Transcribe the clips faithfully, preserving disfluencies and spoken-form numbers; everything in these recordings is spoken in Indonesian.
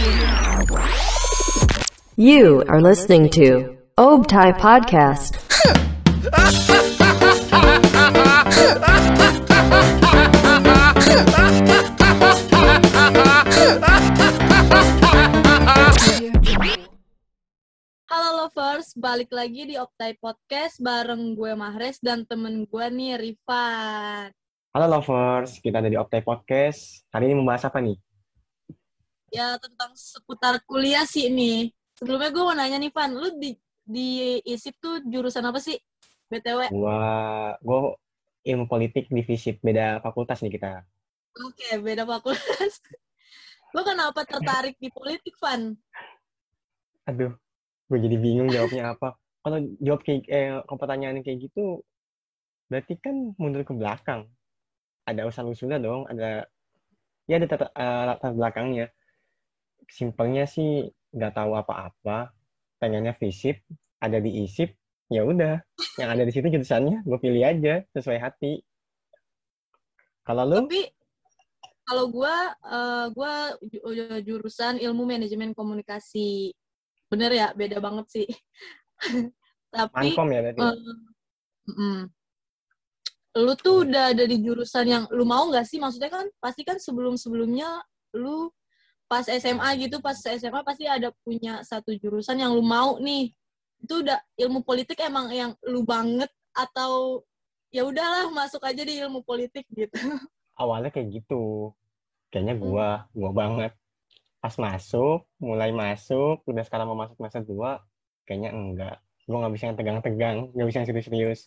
You are listening to Obtai Podcast. Halo lovers, balik lagi di Obtai Podcast bareng gue Mahres dan temen gue nih Rifat. Halo lovers, kita ada di Obtai Podcast. Hari ini membahas apa nih? Ya tentang seputar kuliah sih nih. Sebelumnya gue mau nanya nih Van, lu di di I S I P tuh jurusan apa sih? B T W. Gua, gua ilmu politik di FISIP, beda fakultas nih kita. Oke, beda fakultas. Lu kenapa tertarik di politik, Van? Aduh, gue jadi bingung jawabnya apa. Kalau jawab kayak eh, kalau pertanyaan kayak gitu, berarti kan mundur ke belakang. Ada usul-usulnya dong, ada ya ada tata- eh, latar belakangnya. Simpelnya sih nggak tahu apa-apa, pengennya FISIP, ada di I S I P, ya udah, yang ada di situ jurusannya gue pilih aja sesuai hati. Kalau lu? Tapi kalau gue, uh, gue ju- jurusan ilmu manajemen komunikasi. Bener ya, beda banget sih. Tapi Mankom ya berarti. uh, mm, lu tuh udah ada di jurusan yang lu mau nggak sih? Maksudnya kan pasti kan sebelum-sebelumnya lu pas S M A gitu, pas S M A pasti ada punya satu jurusan yang lu mau nih. Itu udah ilmu politik emang yang lu banget atau ya udahlah masuk aja di ilmu politik gitu. Awalnya kayak gitu. Kayaknya gua, gua banget. Pas masuk, mulai masuk, udah sekarang mau masuk semester dua, kayaknya enggak. Gua nggak bisa yang tegang-tegang, nggak bisa yang serius-serius.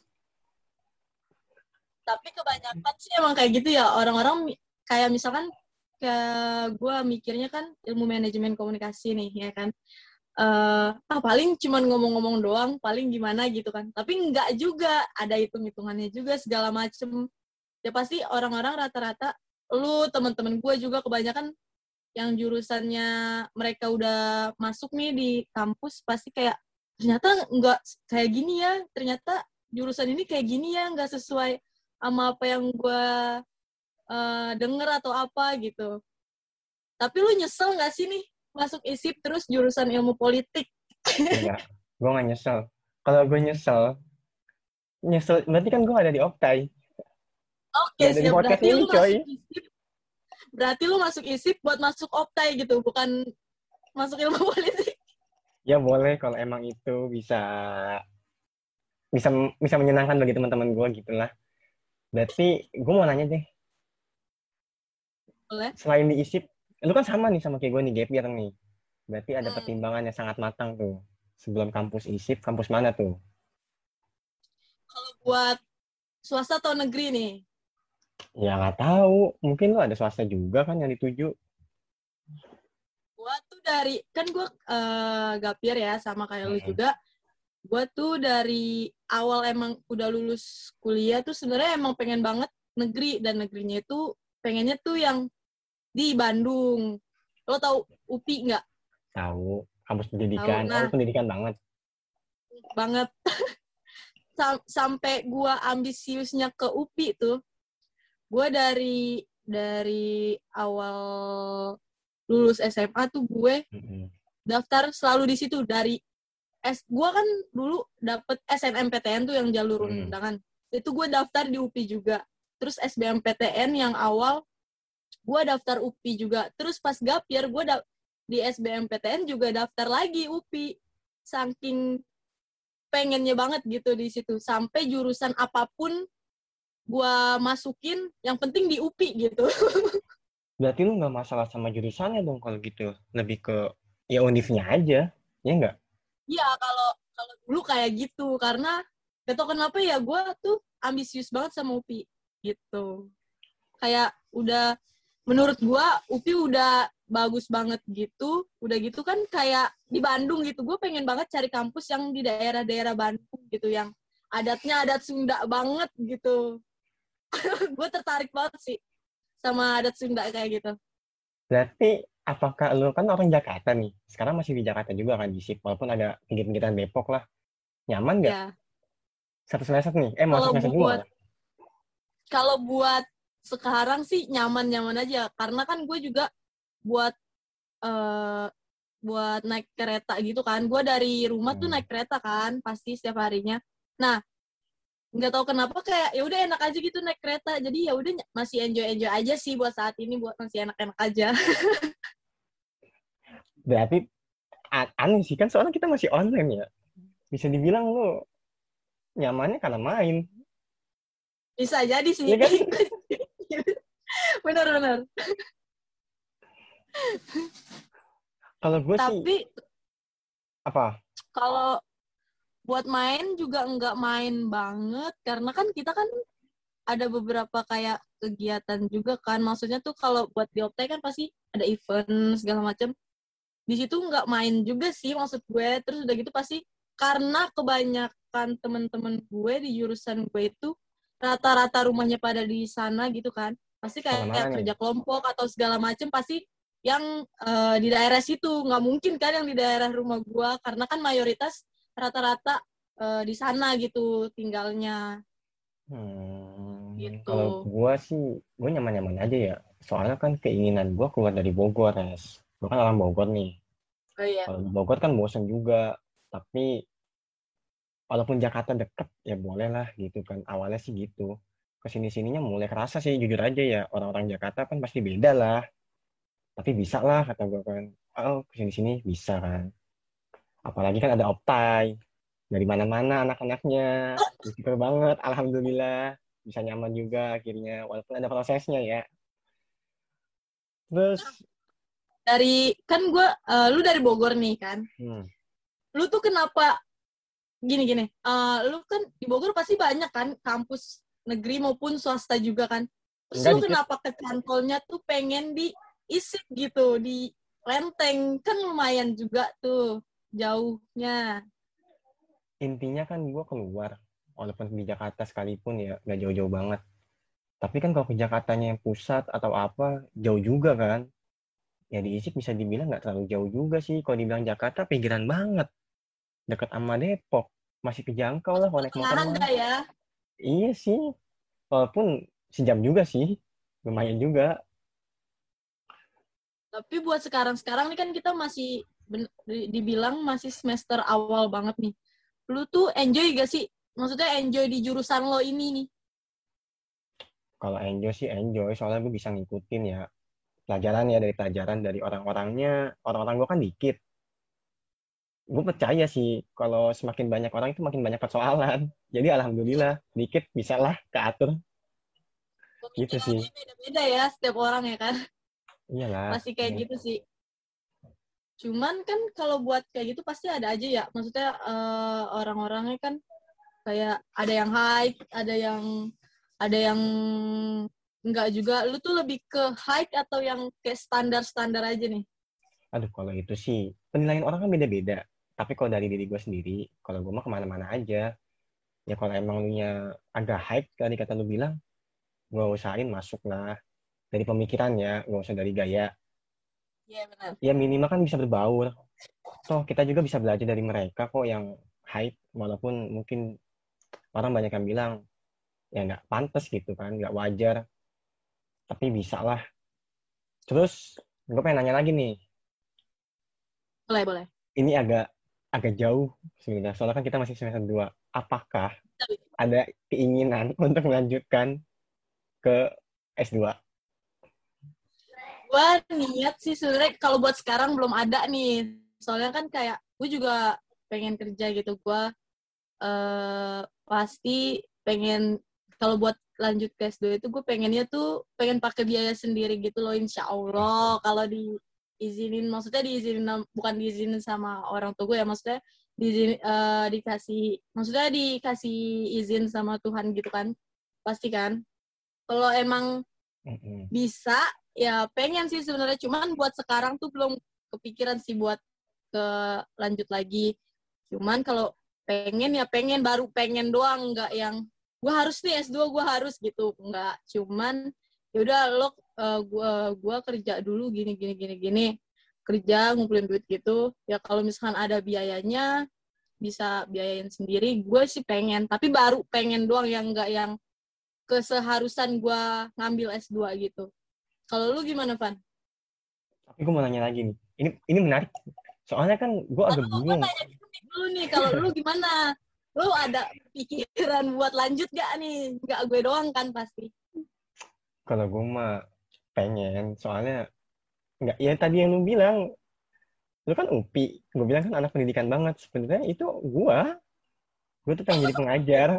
Tapi kebanyakan sih emang kayak gitu ya, orang-orang mi- kayak misalkan kayak gue mikirnya kan ilmu manajemen komunikasi nih ya kan. Eh, ah paling cuman ngomong-ngomong doang, paling gimana gitu kan. Tapi enggak juga, ada hitung-hitungannya juga segala macem. Ya pasti orang-orang rata-rata, lu teman-teman gue juga kebanyakan yang jurusannya mereka udah masuk nih di kampus, pasti kayak ternyata enggak kayak gini ya, ternyata jurusan ini kayak gini ya, enggak sesuai sama apa yang gue uh, denger atau apa gitu. Tapi lu nyesel nggak sih nih masuk I S I P terus jurusan ilmu politik? Enggak, gua nggak nyesel. Kalau gue nyesel, nyesel, berarti kan gua ada di Optai. Oke, Nggak ada di siap. podcast Berarti ini, lu coy. masuk I S I P. Berarti lu masuk I S I P buat masuk Optai gitu, bukan masuk ilmu politik. Ya boleh kalau emang itu bisa bisa bisa menyenangkan bagi teman-teman gua gitulah. Berarti gue mau nanya deh, Boleh. selain di I S I P, lu kan sama nih sama kayak gue nih, gap year nih. Berarti ada Hmm. pertimbangan yang sangat matang tuh. Sebelum kampus I S I P, kampus mana tuh? Kalau buat swasta atau negeri nih? Ya nggak tahu. Mungkin lu ada swasta juga kan yang dituju. Gua tuh dari, kan gua uh, gapir ya, sama kayak lu Hmm. juga. Gua tuh dari awal emang udah lulus kuliah tuh sebenarnya emang pengen banget negeri, dan negerinya itu pengennya tuh yang di Bandung. Lo tau U P I nggak? Tahu. Kampus pendidikan. Tahu. Nah, Oh, pendidikan banget. banget. Sam- sampai gua ambisiusnya ke U P I tuh, gua dari dari awal lulus S M A tuh gue Mm-mm. daftar selalu di situ. Dari S gua kan dulu dapet S N M P T N tuh yang jalur Hmm. undangan. Itu gue daftar di U P I juga. Terus S B M P T N yang awal gue daftar U P I juga. Terus pas gap year gue da- di S B M P T N juga daftar lagi U P I. Saking pengennya banget gitu di situ. Sampai jurusan apapun gue masukin, yang penting di U P I gitu. Berarti lu nggak masalah sama jurusannya dong kalau gitu. Lebih ke ya univnya aja. Ya nggak? Iya, kalau kalau dulu kayak gitu, karena gak tau kenapa ya gue tuh ambisius banget sama U P I gitu. Kayak udah, menurut gue U P I udah bagus banget gitu. Udah gitu kan kayak di Bandung gitu, gue pengen banget cari kampus yang di daerah-daerah Bandung gitu, yang adatnya adat Sunda banget gitu. Gue tertarik banget sih sama adat Sunda kayak gitu. Berarti apakah lu kan orang Jakarta nih? Sekarang masih di Jakarta juga kan di I S I P. Walaupun ada pinggir-pinggiran Depok lah. Nyaman nggak? Ya, Satu semester nih? Eh, masuk kalau semester dua buat malah. kalau buat sekarang sih nyaman-nyaman aja, karena kan gue juga buat eh buat naik kereta gitu kan. Gue dari rumah tuh Hmm. naik kereta kan, pasti setiap harinya. Nah, nggak tahu kenapa kayak ya udah enak aja gitu naik kereta. Jadi ya udah masih enjoy-enjoy aja sih buat saat ini, buat masih enak-enak aja. Berarti a- aneh sih kan soalnya kita masih online ya. Bisa dibilang lu nyamannya karena main. Bisa jadi sih. Iya kan? Bener-bener. Kalau gue sih Tapi apa? kalau buat main juga nggak main banget karena kan kita kan ada beberapa kayak kegiatan juga kan. Maksudnya tuh kalau buat di Optai kan pasti ada event segala macam. Di situ nggak main juga sih maksud gue. Terus udah gitu pasti karena kebanyakan teman-teman gue di jurusan gue itu rata-rata rumahnya pada di sana gitu kan. Pasti kayak, Mana-mana kayak nih. kerja kelompok atau segala macam pasti yang eh, di daerah situ. Nggak mungkin kan yang di daerah rumah gue karena kan mayoritas rata-rata eh, di sana gitu tinggalnya Hmm, kalau gitu. gue sih, gue nyaman-nyaman aja ya. Soalnya kan keinginan gue keluar dari Bogor, Res. Gue kan orang Bogor nih. Oh iya. Kalau di Bogor kan bosen juga. Tapi walaupun Jakarta deket, ya boleh lah gitu kan. Awalnya sih gitu. Kesini-sininya mulai kerasa sih, jujur aja ya. Orang-orang Jakarta kan pasti beda lah. Tapi bisa lah, kata gue kan. Oh, kesini-sini bisa kan. Apalagi kan ada Optai. Dari mana-mana anak-anaknya. Bersyukur banget, alhamdulillah. Bisa nyaman juga akhirnya. Walaupun ada prosesnya ya. Terus, Dari kan gue, eh, lu dari Bogor nih kan. hmm, Lu tuh kenapa gini-gini? eh, lu kan di Bogor pasti banyak kan kampus negeri maupun swasta juga kan. Terus enggak lu dikit. kenapa kecantolnya tuh pengen di isik gitu, di Lenteng kan lumayan juga tuh jauhnya. Intinya kan gue keluar. Walaupun di Jakarta sekalipun ya, nggak jauh-jauh banget. Tapi kan kalau ke Jakartanya yang pusat atau apa, jauh juga kan. Ya di Isik bisa dibilang nggak terlalu jauh juga sih. Kalau dibilang Jakarta, pinggiran banget. Dekat sama Depok. Masih kejangkau lah kalau naik motor Pertengahan mah. dah ya. Iya sih. Walaupun sejam juga sih. Lumayan juga. Tapi buat sekarang-sekarang nih kan kita masih ben- di- dibilang masih semester awal banget nih. Lu tuh enjoy gak sih? Maksudnya enjoy di jurusan lo ini nih. Kalau enjoy sih enjoy. Soalnya gue bisa ngikutin ya. Pelajaran ya dari pelajaran dari orang-orangnya. Orang-orang gue kan dikit. Gue percaya sih kalau semakin banyak orang itu makin banyak persoalan. Jadi alhamdulillah dikit bisa lah keatur gitu sih. Pemikirannya beda-beda ya setiap orang ya kan. Iyalah. Pasti kayak Ya. gitu sih. Cuman kan kalau buat kayak gitu pasti ada aja ya. Maksudnya eh, orang-orangnya kan kayak ada yang high, ada yang ada yang enggak juga. Lu tuh lebih ke high atau yang kayak standar-standar aja nih? Aduh kalau itu sih penilaian orang kan beda-beda. Tapi kalau dari diri gue sendiri, kalau gue mah kemana-mana aja. Ya kalau emang lu nya agak hype tadi kata lu bilang, gue usahain masuk lah. Dari pemikirannya, gak usah dari gaya. Iya benar. Ya minimal kan bisa berbaur. Toh kita juga bisa belajar dari mereka kok yang hype. Walaupun mungkin orang banyak yang bilang, ya nggak pantas gitu kan, nggak wajar. Tapi bisa lah. Terus gue pengen nanya lagi nih. Boleh, boleh. Ini agak agak jauh sebenarnya. Soalnya kan kita masih semester dua. Apakah ada keinginan untuk melanjutkan ke S dua? Gue niat sih sebenarnya kalau buat sekarang belum ada nih. Soalnya kan kayak gue juga pengen kerja gitu. Gue eh, pasti pengen kalau buat lanjut ke S dua itu gue pengennya tuh pengen pakai biaya sendiri gitu loh insya Allah kalau diizinin maksudnya diizinin bukan diizinin sama orang tua gue ya maksudnya diizin eh, dikasih maksudnya dikasih izin sama Tuhan gitu kan pasti kan kalau emang Mm-mm. bisa ya pengen sih sebenarnya cuman buat sekarang tuh belum kepikiran sih buat ke lanjut lagi cuman kalau pengen ya pengen baru pengen doang nggak yang gue harus nih S dua gue harus gitu nggak cuman ya udah lo uh, gue gua kerja dulu gini gini gini gini kerja ngumpulin duit gitu ya kalau misalkan ada biayanya bisa biayain sendiri gue sih pengen tapi baru pengen doang yang nggak yang keseharusan gue ngambil S dua gitu. Kalau lu gimana, Van? Tapi gue mau nanya lagi nih. ini ini menarik. Soalnya kan gue agak Aduh, gue bingung. nanya dulu nih, kalau lu gimana? Lu ada pikiran buat lanjut gak nih? Gak gue doang kan pasti. Kalau gue mah pengen, soalnya nggak ya tadi yang lu bilang, lu kan U P I, gue bilang kan anak pendidikan banget. Sebenarnya itu gue, gue tuh pengen jadi pengajar.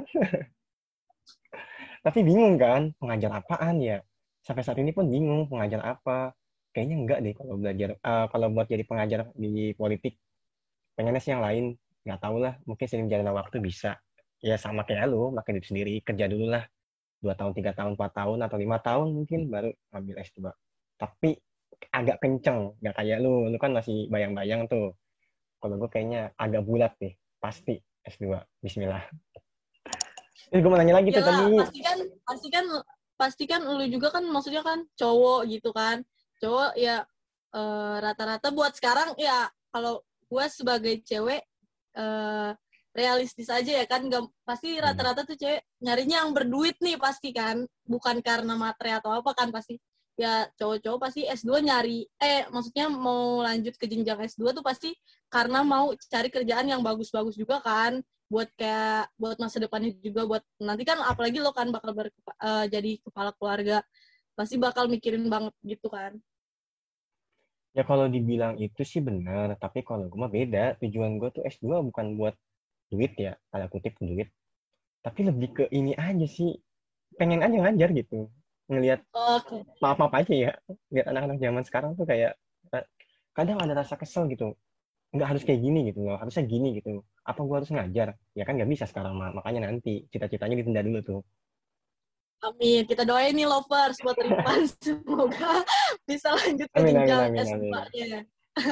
Tapi bingung kan, pengajar apaan ya? Sampai saat ini pun bingung pengajar apa. Kayaknya enggak deh kalau belajar, eh, kalau buat jadi pengajar di politik. Pengennya sih yang lain, nggak tahu lah. Mungkin sering jalan waktu bisa. Ya sama kayak lu, makin diri sendiri, kerja dulu lah. Dua tahun, tiga tahun, empat tahun, atau lima tahun mungkin baru ambil S dua. Tapi agak kenceng, nggak kayak lu. Lu kan masih bayang-bayang tuh. Kalau gue kayaknya agak bulat deh, pasti S dua. Bismillah. Eh, gue mau nanya lagi tuh tadi. Iyalah, pasti kan, pasti kan, pasti kan lu juga kan maksudnya kan cowok gitu kan. Cowok ya eh, rata-rata buat sekarang ya kalau gue sebagai cewek eh, realistis aja ya kan, nggak pasti Hmm. rata-rata tuh cewek nyarinya yang berduit nih pasti kan, bukan karena materi atau apa kan pasti. Ya cowok-cowok pasti S dua nyari, eh maksudnya mau lanjut ke jenjang S dua tuh pasti karena mau cari kerjaan yang bagus-bagus juga kan, buat kayak buat masa depannya juga, buat nanti kan apalagi lo kan bakal ber, eh, jadi kepala keluarga, pasti bakal mikirin banget gitu kan. Ya kalau dibilang itu sih benar, tapi kalau gue mah beda. Tujuan gue tuh S dua bukan buat duit ya, tanda kutip duit. Tapi lebih ke ini aja sih, pengen aja ngajar gitu. Ngelihat, Oke. maaf-maaf aja ya, lihat anak-anak zaman sekarang tuh kayak, eh, kadang ada rasa kesel gitu. Nggak harus kayak gini gitu loh, harusnya gini gitu. Apa gue harus ngajar? Ya kan nggak bisa sekarang, mah. Makanya nanti, cita-citanya ditunda dulu tuh. Amin. Kita doain nih lovers buat Rifan. Semoga bisa lanjut ke Amin, amin, jenjang amin, amin. S dua-nya.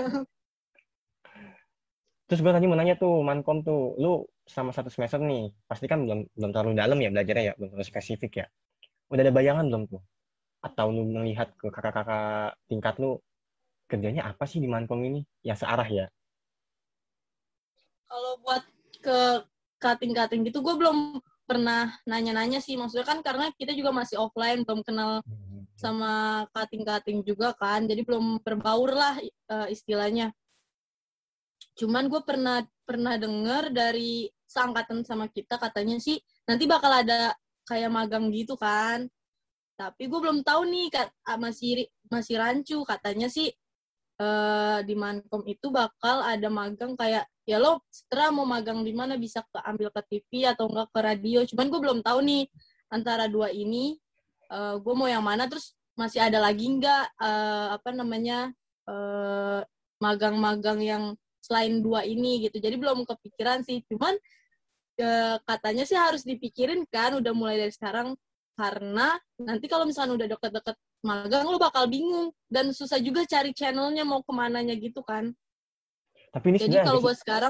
Terus gue tadi mau nanya tuh, Mankom tuh, lu sama satu semester nih, pasti kan belum belum terlalu dalam ya belajarnya ya, belum terlalu spesifik ya. Udah ada bayangan belum tuh? Atau lu melihat ke kakak-kakak tingkat lu, kerjanya apa sih di Mankom ini? Yang searah ya? Kalau buat ke cutting-cutting gitu, gue belum pernah nanya-nanya sih. Maksudnya kan karena kita juga masih offline, belum kenal sama cutting-cutting juga kan. Jadi belum berbaur lah uh, istilahnya. Cuman gue pernah pernah dengar dari seangkatan sama kita, katanya sih nanti bakal ada kayak magang gitu kan. Tapi gue belum tahu nih, kat, masih masih rancu. Katanya sih uh, di Mankom itu bakal ada magang kayak, ya lo setelah mau magang di mana, bisa ke ambil ke T V atau enggak ke radio. Cuman gue belum tahu nih antara dua ini uh, gue mau yang mana. Terus masih ada lagi enggak uh, apa namanya uh, magang-magang yang selain dua ini gitu. Jadi belum kepikiran sih. Cuman uh, katanya sih harus dipikirin kan udah mulai dari sekarang, karena nanti kalau misalnya udah deket-deket magang lu bakal bingung dan susah juga cari channelnya mau kemananya gitu kan. Tapi ini Jadi sebenarnya ada kalau sih, buat sekarang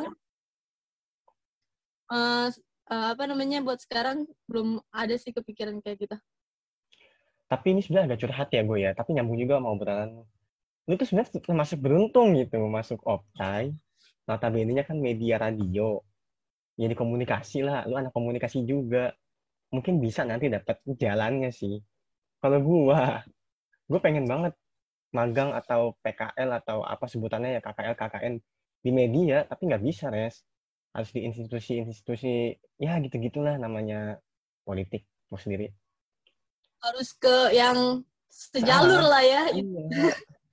uh, uh, apa namanya buat sekarang belum ada sih kepikiran kayak gitu. tapi ini sebenarnya agak curhat ya gue ya, tapi nyambung juga sama obrolan lu. Lu tuh sebenarnya termasuk beruntung gitu, masuk Optai. Notabene-nya kan media radio. Jadi komunikasi lah, lu anak komunikasi juga. Mungkin bisa nanti dapat jalannya sih. Kalau gua, gue pengen banget magang atau P K L atau apa sebutannya ya, K K L, K K N di media, tapi nggak bisa, Res. Harus di institusi-institusi, ya gitu-gitulah namanya politik mau sendiri. Harus ke yang sejalur Searah. lah ya. Iya.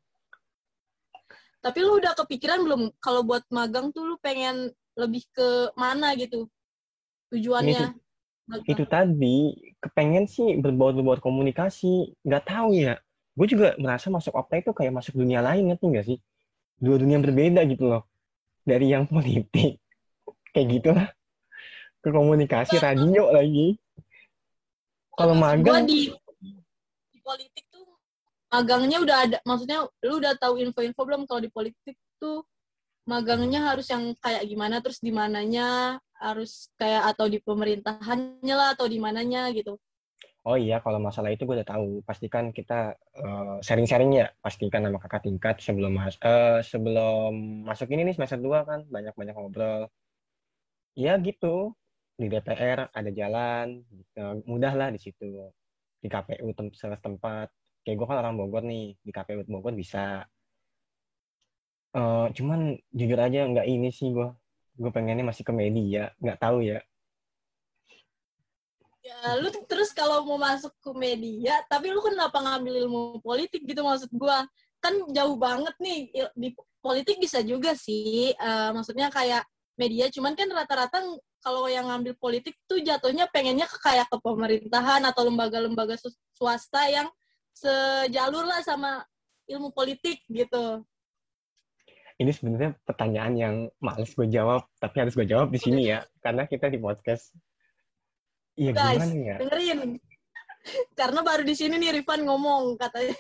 Tapi lu udah kepikiran belum kalau buat magang tuh lu pengen lebih ke mana gitu Ini itu, tujuannya itu magang? tadi, kepengen sih berbaur-baur komunikasi. Nggak tahu ya. Gue juga merasa masuk Opta itu kayak masuk dunia lain, ngerti nggak sih? Dua dunia yang berbeda gitu loh. Dari yang politik, kayak gitu lah, ke komunikasi, Enggak, radio lagi. enggak, Kalau maksud gue magang, di, di politik tuh magangnya udah ada, maksudnya lu udah tahu info-info belum kalau di politik tuh magangnya harus yang kayak gimana, terus di mananya, harus kayak atau di pemerintahannya lah atau di mananya gitu. oh iya, kalau masalah itu gue udah tahu. Pastikan kita eh, sharing-sharing ya. Pastikan nama kakak tingkat sebelum mas eh, sebelum masuk ini nih semester dua kan banyak-banyak ngobrol. Ya gitu. Di D P R ada jalan, eh, mudah lah di situ. Di K P U tem- setempat. Kayak gue kan orang Bogor nih, di K P U Bogor bisa. Eh, cuman jujur aja nggak ini sih gue. Gue pengennya masih ke media. Nggak tahu ya. Ya, lu tuh terus kalau mau masuk ke media, tapi lu kenapa ngambil ilmu politik gitu maksud gua? Kan jauh banget nih, il- di politik bisa juga sih, eh, maksudnya kayak media, cuman kan rata-rata ng- kalau yang ngambil politik tuh jatuhnya pengennya ke kayak ke pemerintahan atau lembaga-lembaga su- swasta yang sejalur lah sama ilmu politik gitu. Ini sebenarnya pertanyaan yang males gue jawab, tapi harus gue jawab di sini ya, karena kita di podcast. Iya gimana Guys, ya? dengerin. Karena baru di sini nih Rifan ngomong katanya.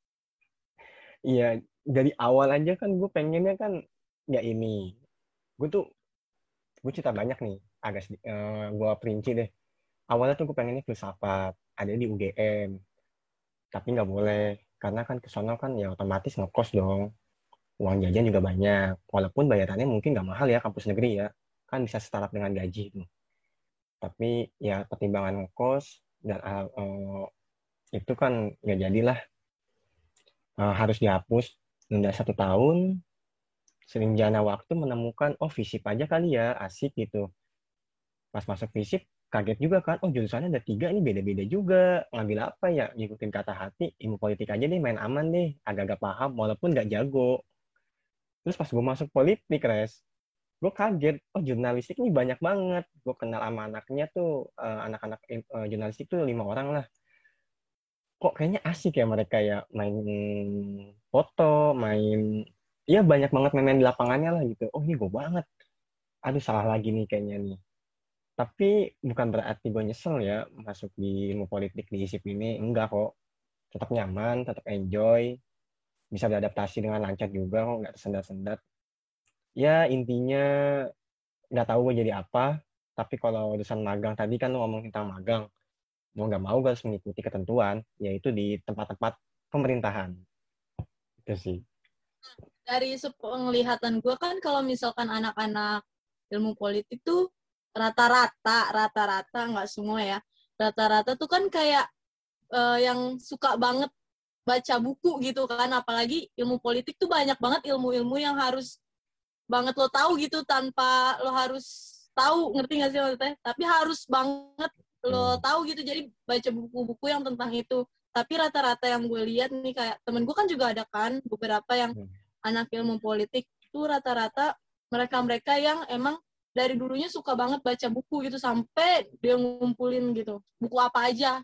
Iya, dari awal aja kan gue pengennya kan nggak ini. Gue tuh, gue cerita banyak nih, agak sedi- eh, gue perinci deh. Awalnya tuh gue pengennya filsafat, ada di U G M, tapi nggak boleh. Karena kan ke sono kan ya otomatis ngekos dong. Uang jajan juga banyak. Walaupun bayarannya mungkin nggak mahal ya, kampus negeri ya. Kan bisa setara dengan gaji itu. Tapi ya pertimbangan ngekos, dan eh, eh, itu kan nggak jadilah. Eh, harus dihapus. Nunda satu tahun, sering jana waktu menemukan, oh fisip aja kali ya, asik gitu. Pas masuk fisip, kaget juga kan, oh jurusannya ada tiga, ini beda-beda juga. Ngambil apa ya? Ngikutin kata hati, ilmu politik aja deh, main aman deh. Agak-agak paham, walaupun nggak jago. Terus pas gue masuk politik, Res, gue kaget, oh jurnalistik ini banyak banget. Gue kenal sama anaknya tuh, eh, anak-anak eh, jurnalistik tuh lima orang lah. Kok kayaknya asik ya mereka ya, main foto, main, ya banyak banget main-main di lapangannya lah gitu. Oh ini gue banget. Aduh salah lagi nih kayaknya nih. Tapi bukan berarti gue nyesel ya masuk di ilmu politik di HISIP ini. Enggak kok. Tetap nyaman, tetap enjoy, bisa beradaptasi dengan lancar juga kok, nggak tersendat-sendat. Ya intinya nggak tahu gue jadi apa. Tapi kalau urusan magang tadi kan lu ngomong tentang magang. Mau nggak mau gue harus mengikuti ketentuan, yaitu di tempat-tempat pemerintahan. Itu sih. Dari penglihatan gue kan kalau misalkan anak-anak ilmu politik tuh rata-rata, rata-rata nggak semua ya, rata-rata tuh kan kayak eh, yang suka banget baca buku gitu kan, apalagi ilmu politik tuh banyak banget ilmu-ilmu yang harus banget lo tahu gitu tanpa lo harus tahu, ngerti nggak sih maksudnya? Tapi harus banget lo Hmm. tahu gitu, jadi baca buku-buku yang tentang itu. Tapi rata-rata yang gue lihat nih, kayak temen gue kan juga ada kan beberapa yang Hmm. anak ilmu politik tuh rata-rata mereka-mereka yang emang dari dulunya suka banget baca buku gitu sampai dia ngumpulin gitu buku apa aja.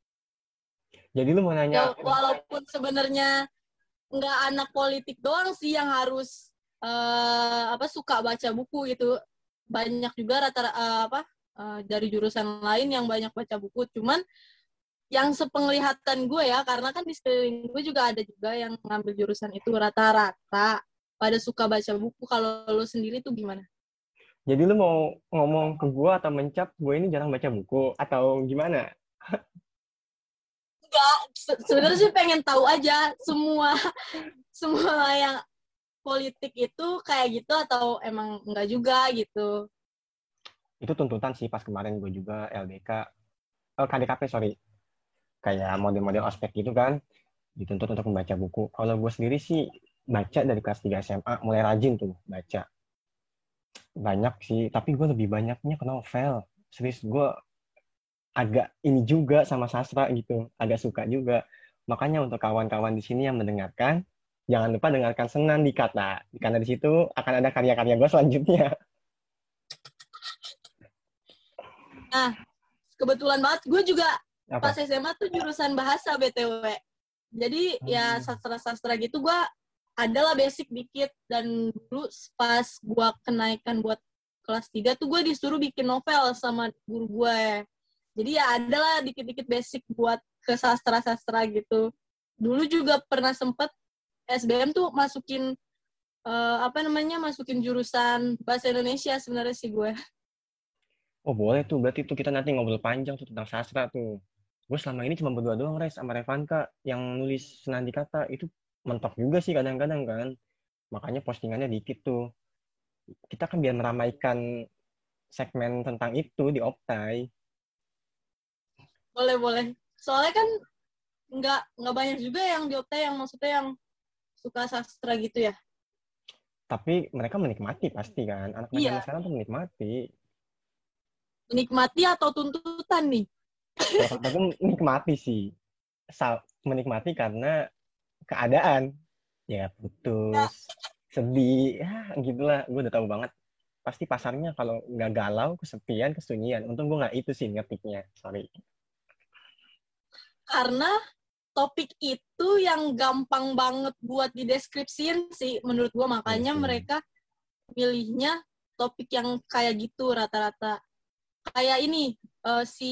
Jadi lu mau Ya nanya, walaupun sebenarnya nggak anak politik doang sih yang harus eh, apa suka baca buku gitu, banyak juga rata eh, apa eh, dari jurusan lain yang banyak baca buku, cuman yang sepenglihatan gue ya, karena kan di sekeliling gue juga ada juga yang ngambil jurusan itu, rata-rata pada suka baca buku. Kalau lo sendiri tuh gimana? jadi lu mau ngomong ke gua atau mencap gue ini jarang baca buku atau gimana? Enggak, se- sebenarnya sih pengen tahu aja semua semua yang politik itu kayak gitu atau emang enggak juga gitu. Itu tuntutan sih pas kemarin gue juga L D K, eh, K D K P sorry, kayak model-model ospek gitu kan, dituntut untuk membaca buku. Kalau gue sendiri sih baca dari kelas tiga S M A, mulai rajin tuh baca. Banyak sih, tapi gue lebih banyaknya ke novel. Serius, gue agak ini juga sama sastra gitu, agak suka juga. Makanya untuk kawan-kawan di sini yang mendengarkan, jangan lupa dengarkan Senang di Kata, karena di situ akan ada karya-karya gue selanjutnya. Nah, kebetulan banget gue juga pas Apa? S M A tuh jurusan bahasa B T W. Jadi ya Hmm. sastra-sastra gitu gue adalah basic dikit, dan dulu pas gue kenaikan buat kelas tiga tuh gue disuruh bikin novel sama guru gue. Jadi ya adalah dikit-dikit basic buat ke sastra-sastra gitu. Dulu juga pernah sempet S B M tuh masukin eh, apa namanya masukin jurusan bahasa Indonesia sebenarnya sih gue. Oh boleh tuh, berarti tuh kita nanti ngobrol panjang tuh tentang sastra tuh. Gue selama ini cuma berdua doang, Res, sama Revanka, yang nulis Senandi Kata. Itu mentok juga sih kadang-kadang kan. Makanya postingannya dikit tuh. Kita kan biar meramaikan segmen tentang itu di Optai. Boleh boleh. Soalnya kan nggak nggak banyak juga yang di Opta yang maksudnya yang suka sastra gitu ya. Tapi mereka menikmati pasti kan. Anak-anak Iya, zaman sekarang tuh menikmati. menikmati atau tuntutan nih? Kalau kataku menikmati sih. Sa- menikmati karena keadaan. Ya Ya, putus, sedih, ya gitulah. Gue udah tahu banget. Pasti pasarnya kalau nggak galau, kesepian, kesunyian. Untung gue nggak itu sih ngetiknya. Sorry. karena topik itu yang gampang banget buat dideskripsiin sih menurut gue, Iya makanya sih. mereka milihnya topik yang kayak gitu rata-rata. Kayak ini eh, si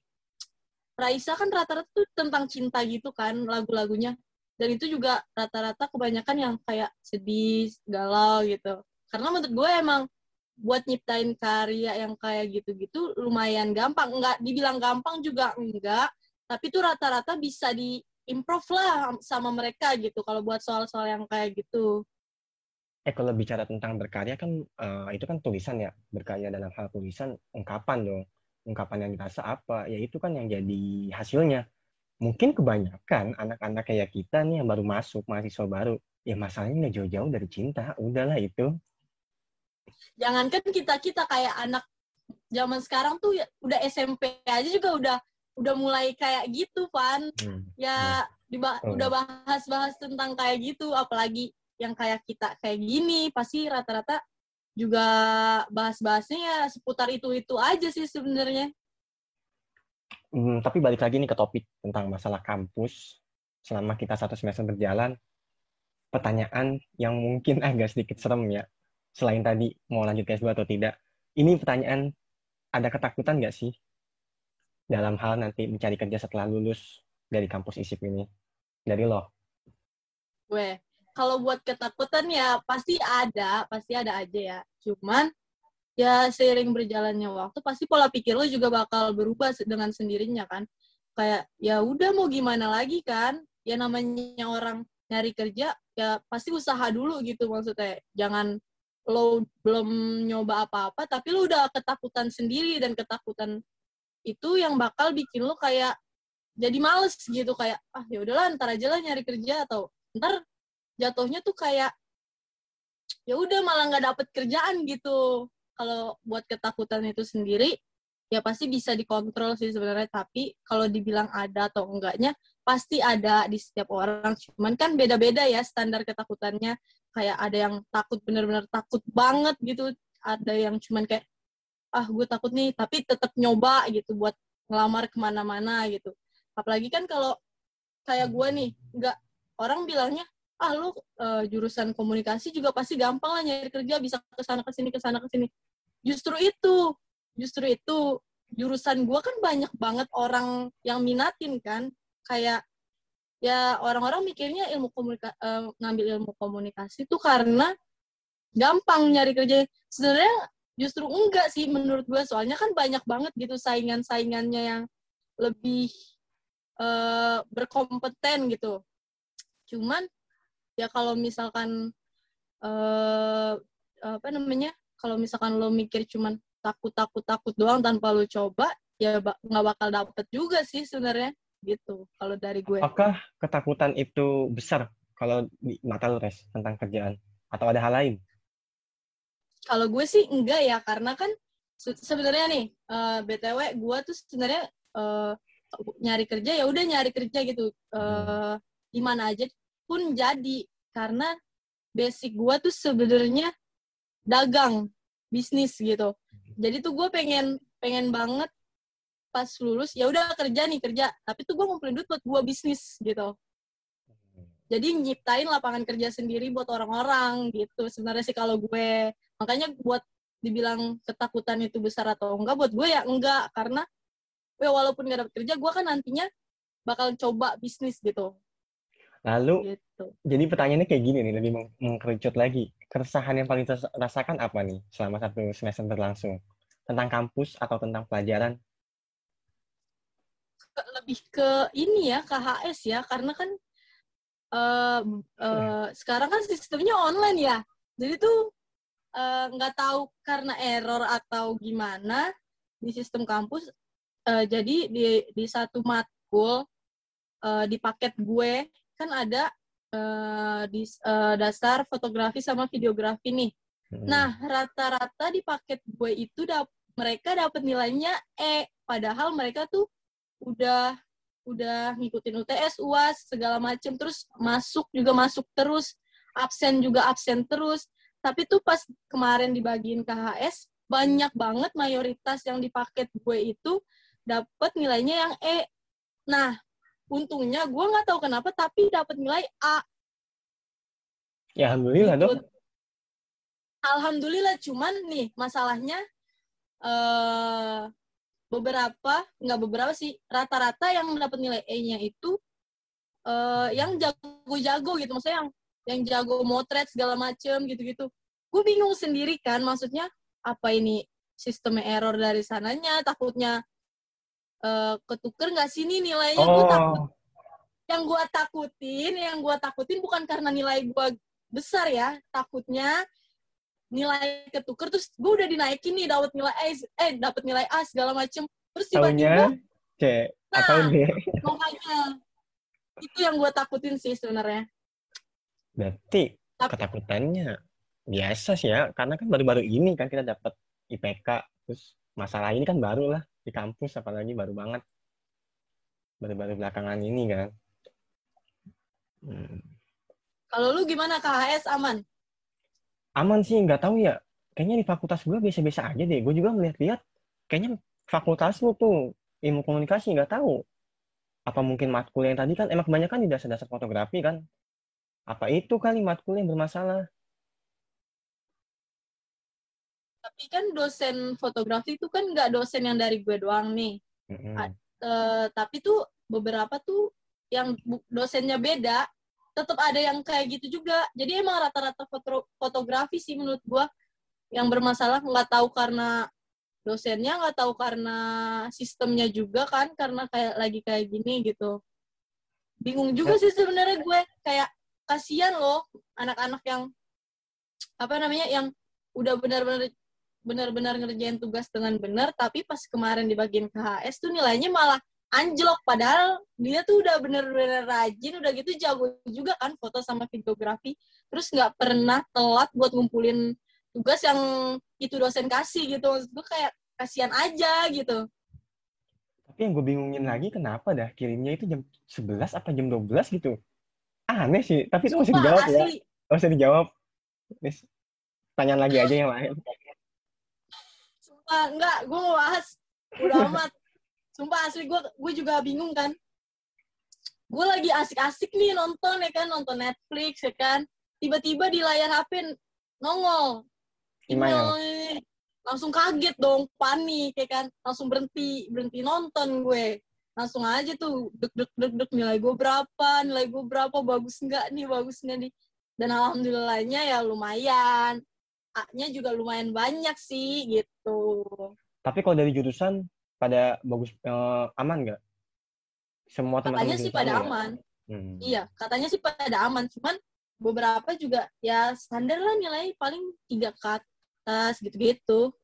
Raisa kan rata-rata tuh tentang cinta gitu kan lagu-lagunya, dan itu juga rata-rata kebanyakan yang kayak sedih, galau gitu. Karena menurut gue emang buat nyiptain karya yang kayak gitu-gitu lumayan gampang. Nggak dibilang gampang juga enggak, tapi tuh rata-rata bisa di-improve lah sama mereka gitu kalau buat soal-soal yang kayak gitu. Eh kalau bicara tentang berkarya kan eh, itu kan tulisan ya. Berkarya dalam hal tulisan ungkapan dong. Ungkapan yang dirasa apa? Ya itu kan yang jadi hasilnya. Mungkin kebanyakan anak-anak kayak kita nih yang baru masuk, mahasiswa baru, ya masalahnya nggak jauh-jauh dari cinta. Udahlah itu. Jangankan kita-kita kayak anak zaman sekarang tuh ya, udah S M P aja juga udah udah mulai kayak gitu, Van. Hmm. Nah, Ya diba- udah oh. bahas-bahas tentang kayak gitu, apalagi yang kayak kita kayak gini, pasti rata-rata juga bahas-bahasnya ya seputar itu-itu aja sih sebenarnya. Hmm, tapi balik lagi nih ke topik tentang masalah kampus. Selama kita satu semester berjalan, pertanyaan yang mungkin agak sedikit serem ya. Selain tadi mau lanjut S dua atau tidak. Ini pertanyaan, ada ketakutan nggak sih dalam hal nanti mencari kerja setelah lulus dari kampus I S I P ini? Dari lo? Gue kalau buat ketakutan ya pasti ada, pasti ada aja ya. Cuman ya seiring berjalannya waktu pasti pola pikir lo juga bakal berubah dengan sendirinya kan. Kayak ya udah mau gimana lagi kan, ya namanya orang nyari kerja ya pasti usaha dulu gitu, maksudnya jangan lo belum nyoba apa-apa tapi lo udah ketakutan sendiri, dan ketakutan itu yang bakal bikin lo kayak jadi males gitu, kayak ah ya udahlah ntar aja lah nyari kerja, atau ntar jatuhnya tuh kayak ya udah malah nggak dapet kerjaan gitu. Kalau buat ketakutan itu sendiri ya pasti bisa dikontrol sih sebenarnya, tapi kalau dibilang ada atau enggaknya pasti ada di setiap orang, cuman kan beda-beda ya standar ketakutannya. Kayak ada yang takut bener-bener takut banget gitu, ada yang cuman kayak ah gue takut nih tapi tetap nyoba gitu buat ngelamar kemana-mana gitu. Apalagi kan kalau kayak gue nih, nggak, orang bilangnya ah lu uh, jurusan komunikasi juga pasti gampang lah nyari kerja, bisa kesana kesini kesana kesini. Justru itu, justru itu jurusan gue kan banyak banget orang yang minatin kan. Kayak ya orang-orang mikirnya ilmu komunika uh, ngambil ilmu komunikasi tuh karena gampang nyari kerja. Sebenarnya justru enggak sih menurut gue, soalnya kan banyak banget gitu saingan-saingannya yang lebih uh, berkompeten gitu. Cuman ya kalau misalkan uh, apa namanya, kalau misalkan lo mikir cuman takut takut takut doang tanpa lo coba, ya nggak bakal dapet juga sih sebenarnya gitu kalau dari gue. Apakah ketakutan itu besar kalau di mata lo, Res, tentang kerjaan? Atau ada hal lain? Kalau gue sih enggak ya, karena kan se- sebenarnya nih uh, B T W gue tuh sebenarnya uh, nyari kerja ya udah nyari kerja gitu uh, di mana aja pun jadi, karena basic gue tuh sebenarnya dagang, bisnis gitu. Jadi tuh gue pengen pengen banget pas lulus ya udah kerja nih kerja, tapi tuh gue ngumpulin duit buat gue bisnis gitu. Jadi nyiptain lapangan kerja sendiri buat orang-orang gitu. Sebenarnya sih kalau gue, makanya buat dibilang ketakutan itu besar atau enggak, buat gue ya enggak, karena gue walaupun gak dapet kerja, gue kan nantinya bakal coba bisnis gitu. Lalu, Gitu. jadi pertanyaannya kayak gini nih, lebih meng- mengkerucut lagi. Keresahan yang paling rasakan apa nih selama satu semester berlangsung? Tentang kampus atau tentang pelajaran? Lebih ke ini ya, K H S ya, karena kan uh, uh, sekarang kan sistemnya online ya. Jadi tuh nggak uh, tahu karena error atau gimana di sistem kampus. Uh, jadi di di satu matkul uh, di paket gue kan ada uh, di uh, dasar fotografi sama videografi nih. Hmm. Nah, rata-rata di paket gue itu dap- mereka dapat nilainya E, padahal mereka tuh udah udah ngikutin U T S, U A S, segala macem, terus masuk juga masuk terus, absen juga absen terus. Tapi tuh pas kemarin dibagiin K H S, banyak banget mayoritas yang di paket gue itu dapat nilainya yang E. Nah, untungnya gue nggak tahu kenapa, tapi dapat nilai A. Ya, alhamdulillah gitu. dong. Alhamdulillah, cuman nih masalahnya uh, beberapa, nggak beberapa sih, rata-rata yang dapat nilai E-nya itu uh, yang jago-jago gitu, maksudnya yang yang jago motret segala macem gitu-gitu. Gue bingung sendiri kan, maksudnya apa ini sistemnya error dari sananya, takutnya uh, ketuker nggak sih nih nilainya. Oh. Gue takut. Yang gue takutin, yang gue takutin bukan karena nilai gue besar ya, takutnya nilai ketuker terus gue udah dinaikin nih, dapat nilai A, eh dapat nilai A segala macem, terus tiba-tiba C nah, atau D. Makanya itu yang gue takutin sih sebenarnya. Berarti Tapi, ketakutannya biasa sih ya, karena kan baru-baru ini kan kita dapat I P K, terus masalah ini kan baru lah di kampus, apalagi baru banget, baru-baru belakangan ini kan. Hmm. Kalau lu gimana, K H S aman? Aman sih, nggak tahu ya. Kayaknya di fakultas gue biasa-biasa aja deh. Gue juga melihat-lihat, kayaknya fakultas lu tuh ilmu komunikasi, nggak tahu. Apa mungkin matkul yang tadi kan, emang kebanyakan di dasar-dasar fotografi kan. Apa itu kali matkul yang bermasalah? Tapi kan dosen fotografi itu kan nggak dosen yang dari gue doang nih. Mm-hmm. A- uh, tapi tuh beberapa tuh yang dosennya beda, tetap ada yang kayak gitu juga. Jadi emang rata-rata foto- fotografi sih menurut gue yang bermasalah, nggak tahu karena dosennya, nggak tahu karena sistemnya juga kan, karena kayak lagi kayak gini gitu. Bingung juga sih sebenarnya gue, kayak kasihan loh anak-anak yang apa namanya yang udah benar-benar benar-benar ngerjain tugas dengan benar, tapi pas kemarin dibagiin K H S tuh nilainya malah anjlok, padahal dia tuh udah bener-bener rajin, udah gitu jago juga kan foto sama videografi, terus nggak pernah telat buat ngumpulin tugas yang itu dosen kasih gitu. Maksud gue kayak kasihan aja gitu. Tapi yang gue bingungin lagi, kenapa dah kirimnya itu jam sebelas apa jam dua belas gitu? Aneh sih, tapi itu masih dijawab ya. Gak usah dijawab. Tanyaan lagi aja yang lain. Sumpah, enggak, gue mau bahas. Udah amat. Sumpah asli, gue gue juga bingung kan. Gue lagi asik-asik nih nonton ya kan, nonton Netflix ya kan. Tiba-tiba di layar H P nongol. Email. Email. Langsung kaget dong, panik ya kan. Langsung berhenti, berhenti nonton gue. Langsung aja tuh, deg-deg-deg-deg, nilai gue berapa, nilai gue berapa, bagus nggak nih, bagus nggak nih. Dan alhamdulillahnya ya lumayan. A-nya juga lumayan banyak sih, gitu. Tapi kalau dari jurusan, pada bagus, eh, aman nggak? Semua teman-teman katanya sih pada ya? aman. Hmm. Iya, katanya sih pada aman. Cuman beberapa juga ya standar lah nilai paling tiga ke atas gitu-gitu.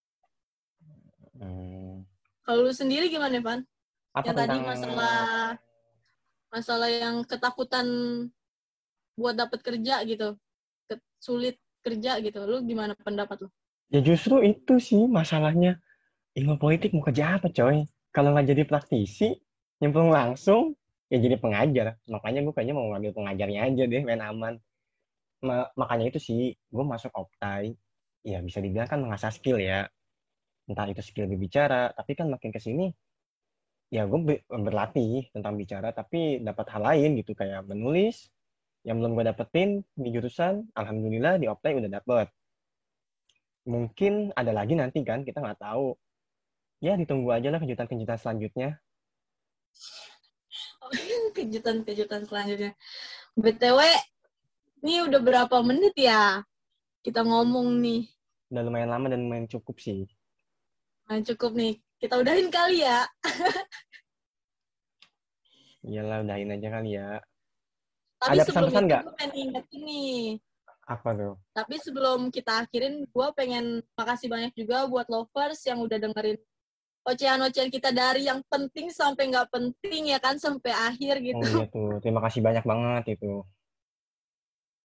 Hmm. Kalau lu sendiri gimana, Van? Apa yang tentang... tadi masalah masalah yang ketakutan buat dapat kerja gitu, sulit kerja gitu. Lu gimana pendapat lu? Ya justru itu sih masalahnya. Ilmu politik mau kerja apa, coy? Kalau nggak jadi praktisi, nyemplung langsung, ya jadi pengajar. Makanya gue kayaknya mau ngambil pengajarnya aja deh, main aman. Ma- makanya itu sih, gue masuk Optai. Ya bisa dibilang kan mengasah skill ya. Entah itu skill berbicara, tapi kan makin kesini, ya gue be- berlatih tentang bicara, tapi dapat hal lain gitu, kayak menulis, yang belum gue dapetin di jurusan, alhamdulillah di Optai udah dapet. Mungkin ada lagi nanti kan, kita nggak tahu. Ya ditunggu aja lah kejutan-kejutan selanjutnya. Kejutan-kejutan selanjutnya. B T W, ini udah berapa menit ya kita ngomong nih? Udah lumayan lama dan lumayan cukup sih. Nah, cukup nih. Kita udahin kali ya. Iyalah, udahin aja kali ya. Tapi ada sebelum pesan-pesan itu nggak? Gue pengen ingat ini. Apa tuh? Tapi sebelum kita akhirin, gue pengen makasih banyak juga buat lovers yang udah dengerin ocehan-ocehan kita dari yang penting sampai nggak penting ya kan, sampai akhir gitu. Oh iya tuh, terima kasih banyak banget itu.